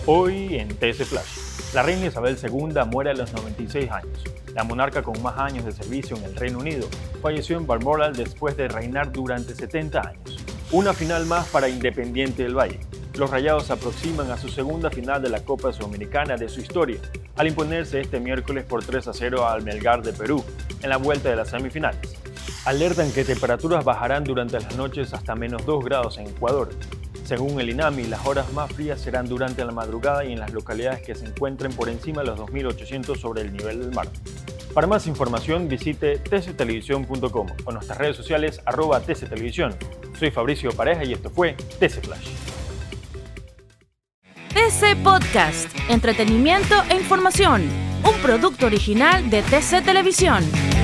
Hoy en TC Flash, la reina Isabel II muere a los 96 años. La monarca con más años de servicio en el Reino Unido falleció en Balmoral después de reinar durante 70 años. Una final más para Independiente del Valle. Los Rayados se aproximan a su segunda final de la Copa Sudamericana de su historia, al imponerse este miércoles por 3-0 al Melgar de Perú, en la vuelta de las semifinales. Alertan que temperaturas bajarán durante las noches hasta -2 grados en Ecuador. Según el INAMI, las horas más frías serán durante la madrugada y en las localidades que se encuentren por encima de los 2.800 sobre el nivel del mar. Para más información visite tctelevisión.com o nuestras redes sociales @tctelevisión. Soy Fabricio Pareja y esto fue TC Flash. TC Podcast, entretenimiento e información, un producto original de TC Televisión.